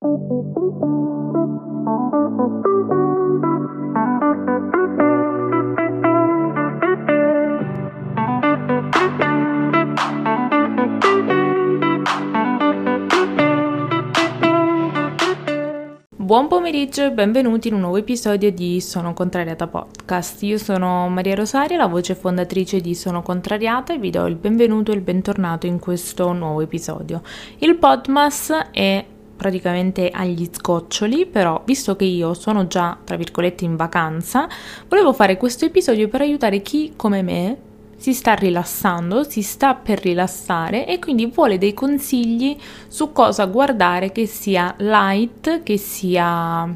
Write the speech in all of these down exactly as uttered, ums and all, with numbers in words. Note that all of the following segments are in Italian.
Buon pomeriggio e benvenuti in un nuovo episodio di Sono Contrariata Podcast. Io sono Maria Rosaria, la voce fondatrice di Sono Contrariata, e vi do il benvenuto e il bentornato in questo nuovo episodio. Il Podmas è praticamente agli sgoccioli, però visto che io sono già, tra virgolette, in vacanza, volevo fare questo episodio per aiutare chi, come me, si sta rilassando, si sta per rilassare e quindi vuole dei consigli su cosa guardare che sia light, che sia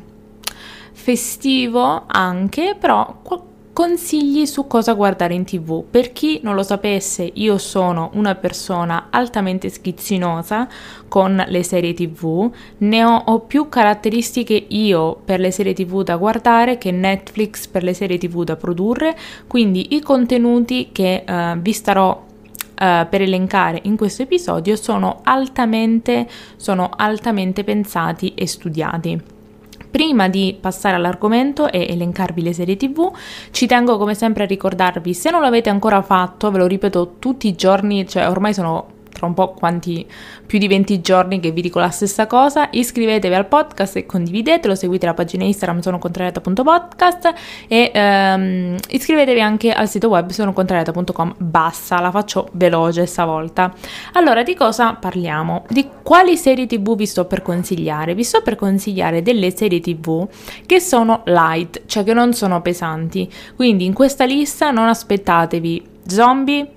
festivo anche, però consigli su cosa guardare in tv. Per chi non lo sapesse, io sono una persona altamente schizzinosa con le serie tv, ne ho, ho più caratteristiche io per le serie tv da guardare che Netflix per le serie tv da produrre, quindi i contenuti che uh, vi starò Uh, per elencare in questo episodio sono altamente, sono altamente pensati e studiati. Prima di passare all'argomento e elencarvi le serie tv, ci tengo come sempre a ricordarvi, se non l'avete ancora fatto, ve lo ripeto tutti i giorni, cioè ormai sono tra un po' quanti più di venti giorni che vi dico la stessa cosa, iscrivetevi al podcast e condividetelo, seguite la pagina Instagram sonocontrariata punto podcast e ehm, iscrivetevi anche al sito web sonocontrariata punto com. Basta, la faccio veloce stavolta. Allora, di cosa parliamo? Di quali serie tv vi sto per consigliare? Vi sto per consigliare delle serie tv che sono light, cioè che non sono pesanti, quindi in questa lista non aspettatevi zombie,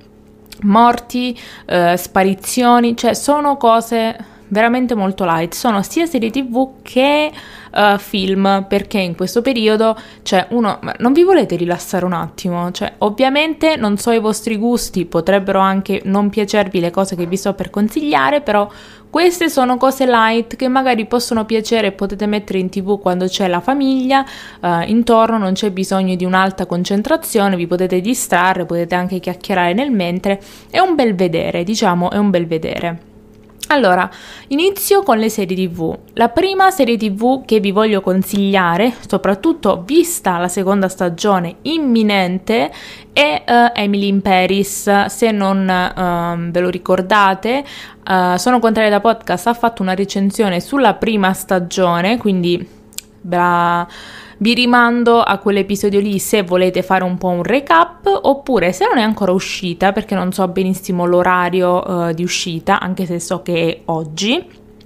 morti, eh, sparizioni, cioè sono cose veramente molto light, sono sia serie tv che uh, film, perché in questo periodo cioè uno, ma non vi volete rilassare un attimo? Cioè ovviamente non so i vostri gusti, potrebbero anche non piacervi le cose che vi sto per consigliare, però queste sono cose light che magari possono piacere e potete mettere in tv quando c'è la famiglia uh, intorno, non c'è bisogno di un'alta concentrazione, vi potete distrarre, potete anche chiacchierare nel mentre, è un bel vedere, diciamo, è un bel vedere. Allora, inizio con le serie tv. La prima serie tv che vi voglio consigliare, soprattutto vista la seconda stagione imminente, è uh, Emily in Paris. Se non uh, ve lo ricordate, uh, Sono Contrariata Podcast ha fatto una recensione sulla prima stagione, quindi bra... vi rimando a quell'episodio lì se volete fare un po' un recap, oppure se non è ancora uscita, perché non so benissimo l'orario uh, di uscita, anche se so che è oggi,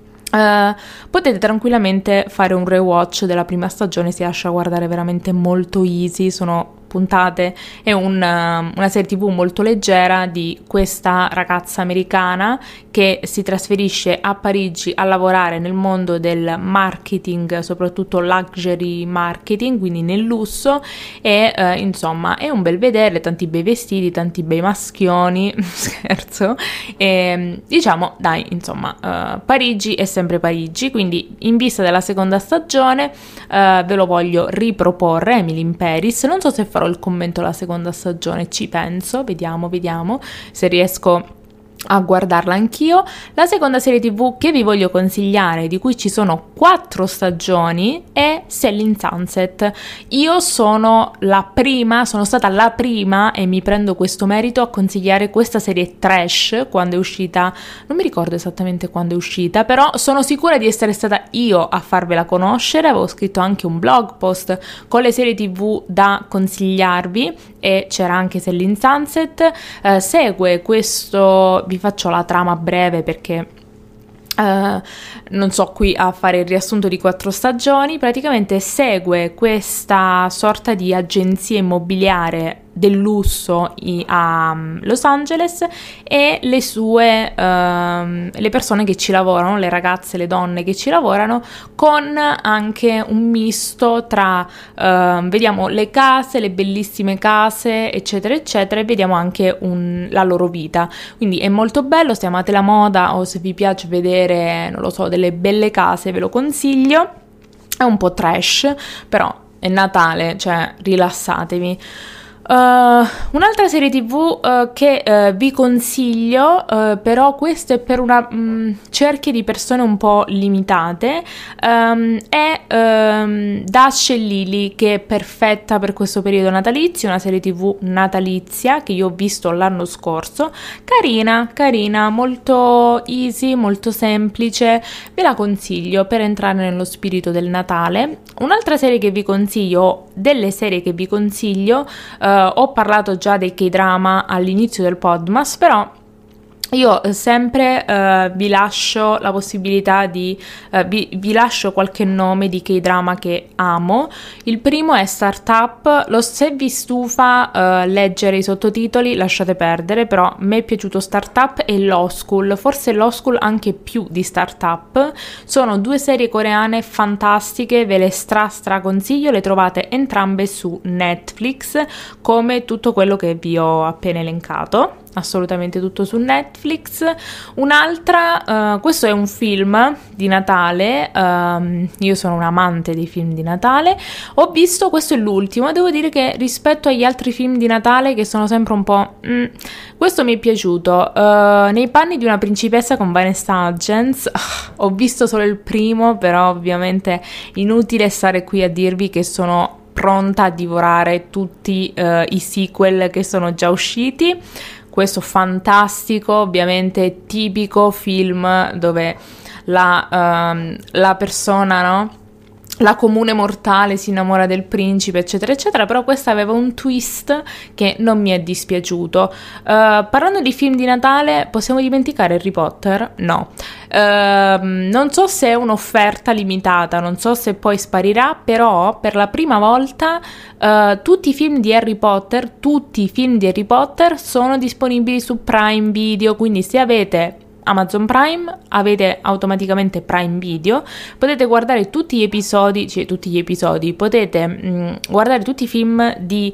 uh, potete tranquillamente fare un rewatch della prima stagione, si lascia guardare veramente molto easy, sono puntate, è un, una serie tv molto leggera di questa ragazza americana che si trasferisce a Parigi a lavorare nel mondo del marketing, soprattutto luxury marketing, quindi nel lusso, e eh, insomma è un bel vedere, tanti bei vestiti, tanti bei maschioni, scherzo, e, diciamo dai, insomma uh, Parigi è sempre Parigi, quindi in vista della seconda stagione uh, ve lo voglio riproporre, Emily in Paris. Non so se farò il commento alla seconda stagione, ci penso, vediamo, vediamo se riesco a guardarla anch'io. La seconda serie tv che vi voglio consigliare, di cui ci sono quattro stagioni, è Selling Sunset. Io sono la prima, sono stata la prima, e mi prendo questo merito, a consigliare questa serie trash quando è uscita, non mi ricordo esattamente quando è uscita, però sono sicura di essere stata io a farvela conoscere. Avevo scritto anche un blog post con le serie tv da consigliarvi e c'era anche Selling Sunset. Eh, segue questo, vi faccio la trama breve perché Uh, non so qui a fare il riassunto di quattro stagioni. Praticamente segue questa sorta di agenzia immobiliare del lusso a Los Angeles e le sue uh, le persone che ci lavorano, le ragazze, le donne che ci lavorano, con anche un misto tra uh, vediamo le case, le bellissime case, eccetera eccetera, e vediamo anche un, la loro vita. Quindi è molto bello. Se amate la moda o se vi piace vedere, non lo so, delle belle case, ve lo consiglio. È un po' trash, però è Natale, cioè rilassatevi. Uh, un'altra serie tv uh, che uh, vi consiglio, uh, però questo è per una um, cerchia di persone un po' limitate, um, è um, Dash e Lily, che è perfetta per questo periodo natalizio, una serie tv natalizia che io ho visto l'anno scorso, carina, carina, molto easy, molto semplice, ve la consiglio per entrare nello spirito del Natale. Un'altra serie che vi consiglio, delle serie che vi consiglio, uh, ho parlato già dei K-drama all'inizio del podcast, però io sempre uh, vi lascio la possibilità di uh, vi, vi lascio qualche nome di K-drama che amo. Il primo è Startup. Lo, se vi stufa uh, leggere i sottotitoli lasciate perdere, però mi è piaciuto Startup e Law School, forse Law School anche più di Startup. Sono due serie coreane fantastiche, ve le stra stra consiglio, le trovate entrambe su Netflix, come tutto quello che vi ho appena elencato, assolutamente tutto su Netflix. Un'altra, uh, questo è un film di Natale, um, io sono un amante dei film di Natale, ho visto, questo è l'ultimo, devo dire che rispetto agli altri film di Natale che sono sempre un po' mm, questo mi è piaciuto, uh, Nei panni di una principessa con Vanessa Hudgens. uh, ho visto solo il primo, però ovviamente inutile stare qui a dirvi che sono pronta a divorare tutti uh, i sequel che sono già usciti. Questo fantastico, ovviamente tipico film dove la, um, la persona, no? La comune mortale si innamora del principe, eccetera, eccetera, però questa aveva un twist che non mi è dispiaciuto. Uh, parlando di film di Natale, possiamo dimenticare Harry Potter? No. Uh, non so se è un'offerta limitata, non so se poi sparirà, però per la prima volta uh, tutti i film di Harry Potter, tutti i film di Harry Potter sono disponibili su Prime Video, quindi se avete Amazon Prime avete automaticamente Prime Video, potete guardare tutti gli episodi, cioè tutti gli episodi, potete mh, guardare tutti i film di,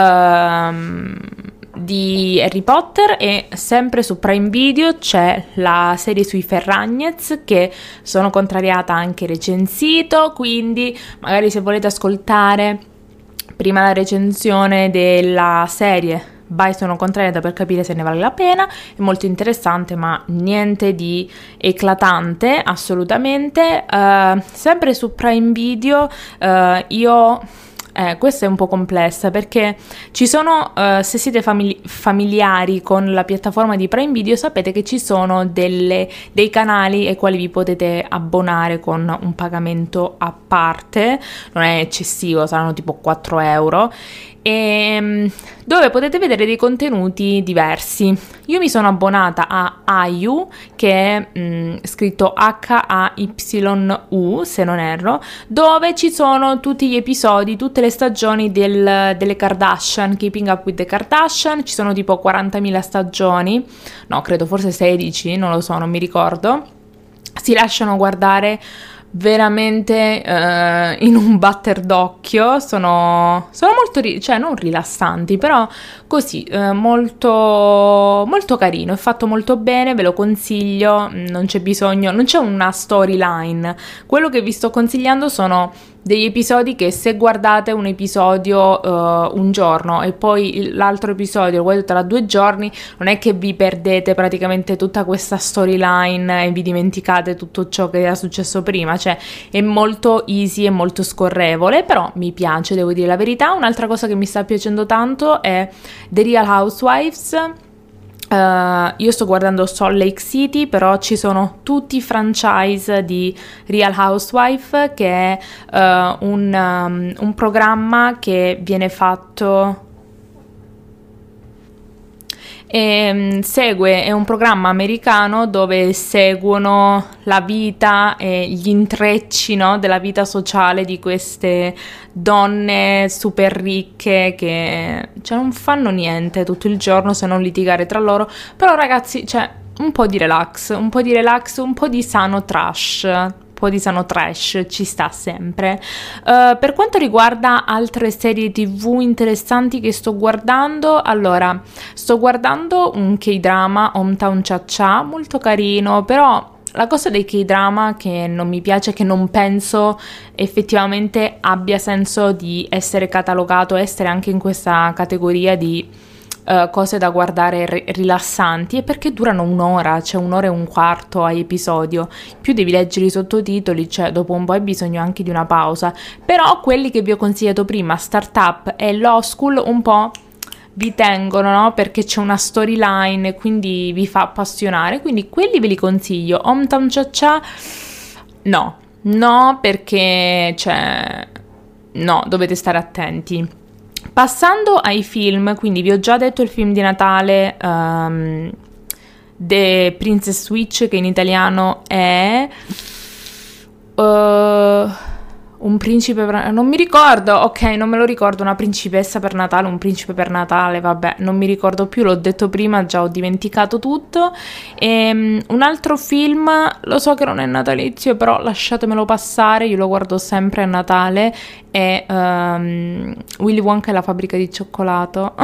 uh, di Harry Potter, e sempre su Prime Video c'è la serie sui Ferragnez che sono contrariata anche recensito, quindi magari se volete ascoltare prima la recensione della serie vai, sono contrariata per capire se ne vale la pena, è molto interessante ma niente di eclatante assolutamente. Uh, sempre su Prime Video uh, io Eh, questa è un po' complessa perché ci sono, uh, se siete famili- familiari con la piattaforma di Prime Video, sapete che ci sono delle, dei canali ai quali vi potete abbonare con un pagamento a parte, non è eccessivo, saranno tipo quattro euro, e dove potete vedere dei contenuti diversi. Io mi sono abbonata a Aiu, che è mh, scritto H A Y U se non erro, dove ci sono tutti gli episodi, tutte le stagioni del, delle Kardashian, Keeping Up with the Kardashian. Ci sono tipo quarantamila stagioni, no credo forse sedici, non lo so, non mi ricordo. Si lasciano guardare veramente eh, in un batter d'occhio, sono, sono molto, ri- cioè non rilassanti, però così, eh, molto, molto carino, è fatto molto bene, ve lo consiglio, non c'è bisogno, non c'è una storyline, quello che vi sto consigliando sono degli episodi che se guardate un episodio uh, un giorno e poi l'altro episodio lo guardate tra due giorni, non è che vi perdete praticamente tutta questa storyline e vi dimenticate tutto ciò che era successo prima, cioè è molto easy e molto scorrevole, però mi piace, devo dire la verità. Un'altra cosa che mi sta piacendo tanto è The Real Housewives. Uh, io sto guardando Salt Lake City, però ci sono tutti i franchise di Real Housewife, che è uh, un, um, un programma che viene fatto e segue, è un programma americano dove seguono la vita e gli intrecci, no, della vita sociale di queste donne super ricche che cioè, non fanno niente tutto il giorno se non litigare tra loro, però ragazzi, cioè un po' di relax, un po' di relax, un po' di sano trash, po' di sano trash ci sta sempre. Uh, per quanto riguarda altre serie tv interessanti che sto guardando, allora sto guardando un K-drama, Hometown Cha Cha, molto carino, però la cosa dei K-drama che non mi piace, che non penso effettivamente abbia senso di essere catalogato, essere anche in questa categoria di uh, cose da guardare ri- rilassanti, è perché durano un'ora, cioè un'ora e un quarto a episodio, più devi leggere i sottotitoli, cioè dopo un po' hai bisogno anche di una pausa. Però quelli che vi ho consigliato prima, Startup e Law School, un po' vi tengono, no? Perché c'è una storyline, quindi vi fa appassionare, quindi quelli ve li consiglio. Hometown Cha-Cha no, no, perché cioè no, dovete stare attenti. Passando ai film, quindi vi ho già detto il film di Natale, um, The Princess Switch, che in italiano è uh, un principe per... non mi ricordo, ok, non me lo ricordo, una principessa per Natale, un principe per Natale, vabbè, non mi ricordo più, l'ho detto prima, già ho dimenticato tutto. E, um, un altro film, lo so che non è natalizio, però lasciatemelo passare, io lo guardo sempre a Natale, è um, Willy Wonka e la fabbrica di cioccolato.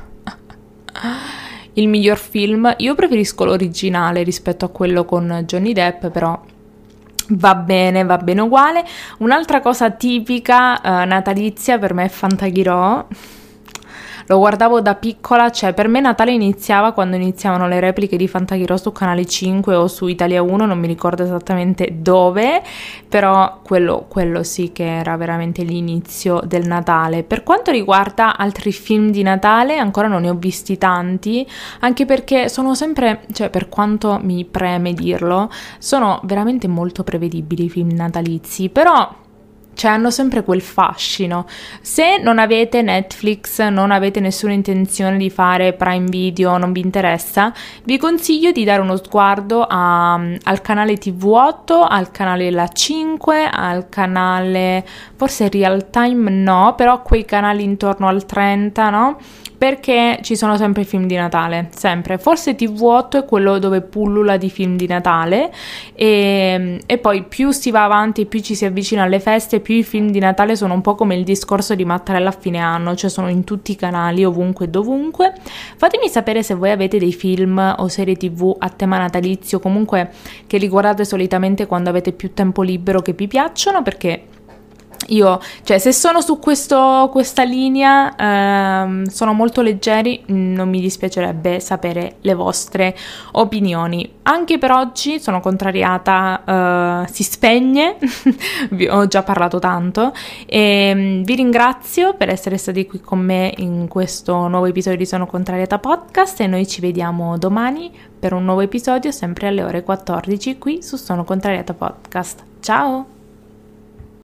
Il miglior film. Io preferisco l'originale rispetto a quello con Johnny Depp, però va bene, va bene uguale. Un'altra cosa tipica uh, natalizia per me è Fantaghirò. Lo guardavo da piccola, cioè per me Natale iniziava quando iniziavano le repliche di Fantaghirò su Canale cinque o su Italia uno, non mi ricordo esattamente dove, però quello, quello sì che era veramente l'inizio del Natale. Per quanto riguarda altri film di Natale, ancora non ne ho visti tanti, anche perché sono sempre, cioè per quanto mi preme dirlo, sono veramente molto prevedibili i film natalizi, però... cioè hanno sempre quel fascino. Se non avete Netflix, non avete nessuna intenzione di fare Prime Video, non vi interessa, vi consiglio di dare uno sguardo a, al canale T V otto, al canale La cinque, al canale forse Real Time no, però quei canali intorno al trenta, no? Perché ci sono sempre i film di Natale, sempre. Forse T V otto è quello dove pullula di film di Natale e, e poi più si va avanti, più ci si avvicina alle feste, più i film di Natale sono un po' come il discorso di Mattarella a fine anno, cioè sono in tutti i canali, ovunque e dovunque. Fatemi sapere se voi avete dei film o serie tv a tema natalizio, comunque che li guardate solitamente quando avete più tempo libero, che vi piacciono, perché... io, cioè se sono su questo, questa linea, ehm, sono molto leggeri, non mi dispiacerebbe sapere le vostre opinioni. Anche per oggi sono contrariata, eh, si spegne, vi ho già parlato tanto e vi ringrazio per essere stati qui con me in questo nuovo episodio di Sono Contrariata Podcast e noi ci vediamo domani per un nuovo episodio sempre alle ore quattordici qui su Sono Contrariata Podcast. Ciao!